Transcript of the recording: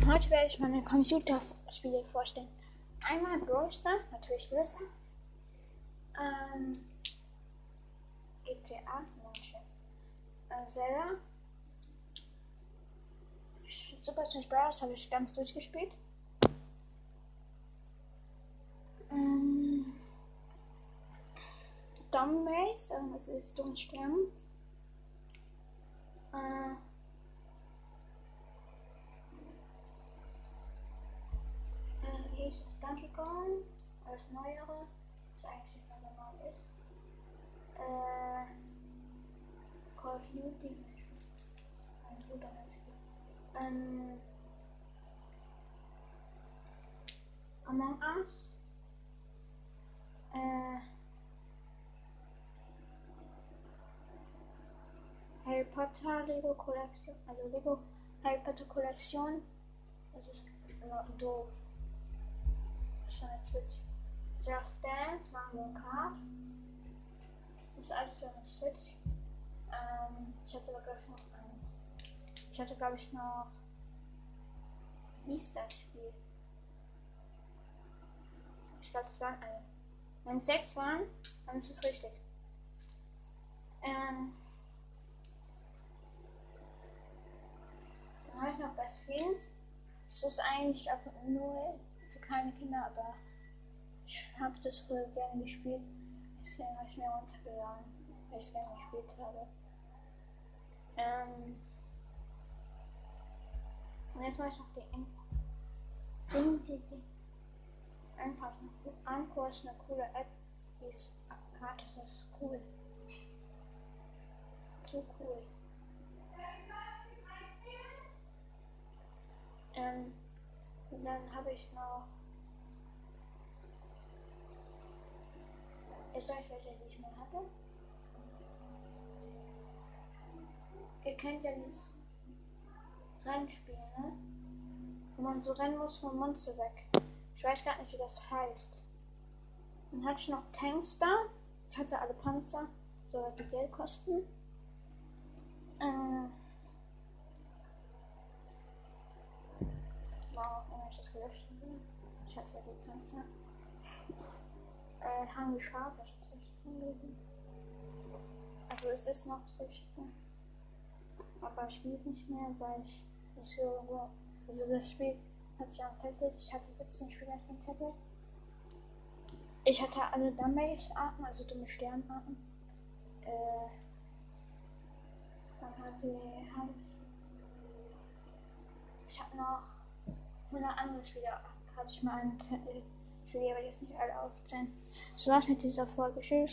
Heute werde ich meine Computerspiele vorstellen. Einmal Brawl Stars, natürlich Größer. GTA, Zelda. Super Smash Bros. Habe ich ganz durchgespielt. Dumb Race, das ist Dumm Sterben. Wie hieß es? Donkey Kong, alles Neuere, das eigentlich nicht mehr normal ist. Call of Duty, ein guter Spiel. Among Us. Harry Potter Lego Kollektion, also Lego Harry Potter Kollektion. Das ist doof. Schon eine Switch. Just Dance, Mario Kart. Das ist alles für eine Switch. Ich hatte glaube ich noch wie hieß das Spiel? Ich glaube, es waren alle. Wenn es 6 waren, dann ist es richtig. Dann habe ich noch Best Fiends. Das ist eigentlich ab 0 für kleine Kinder, aber ich habe das früher gerne gespielt. Deswegen habe ich mir runtergeladen, weil ich es gerne gespielt habe. Und jetzt mache ich noch die Anchor ist eine coole App. Die ist gratis, das ist cool. Zu cool. Und dann habe ich noch. Jetzt sage ich welche, die ich mal hatte. Ihr kennt ja dieses Rennspiel, ne? Wo man so rennen muss vom Monster weg. Ich weiß gar nicht, wie das heißt. Dann hatte ich noch Tanks da. Ich hatte alle Panzer, so die Geld kosten. Wow, wenn ich das gelöscht habe. Ich hatte ja die Panzer. Haben geschafft, das ist 16 gewesen. Also es ist noch 16. Aber ich spiele es nicht mehr, weil ich nicht so. Also das Spiel hatte ich am Tablet. Ich hatte 17 Spieler auf dem Tablet. Ich hatte alle Dumbbase-Arten, also dumme Sternarten. Dann ich habe noch 100 andere Spieler. Hatte ich mal eine Tablet. Ich will aber jetzt nicht alle aufzählen. Das war's mit dieser Folge. Tschüss.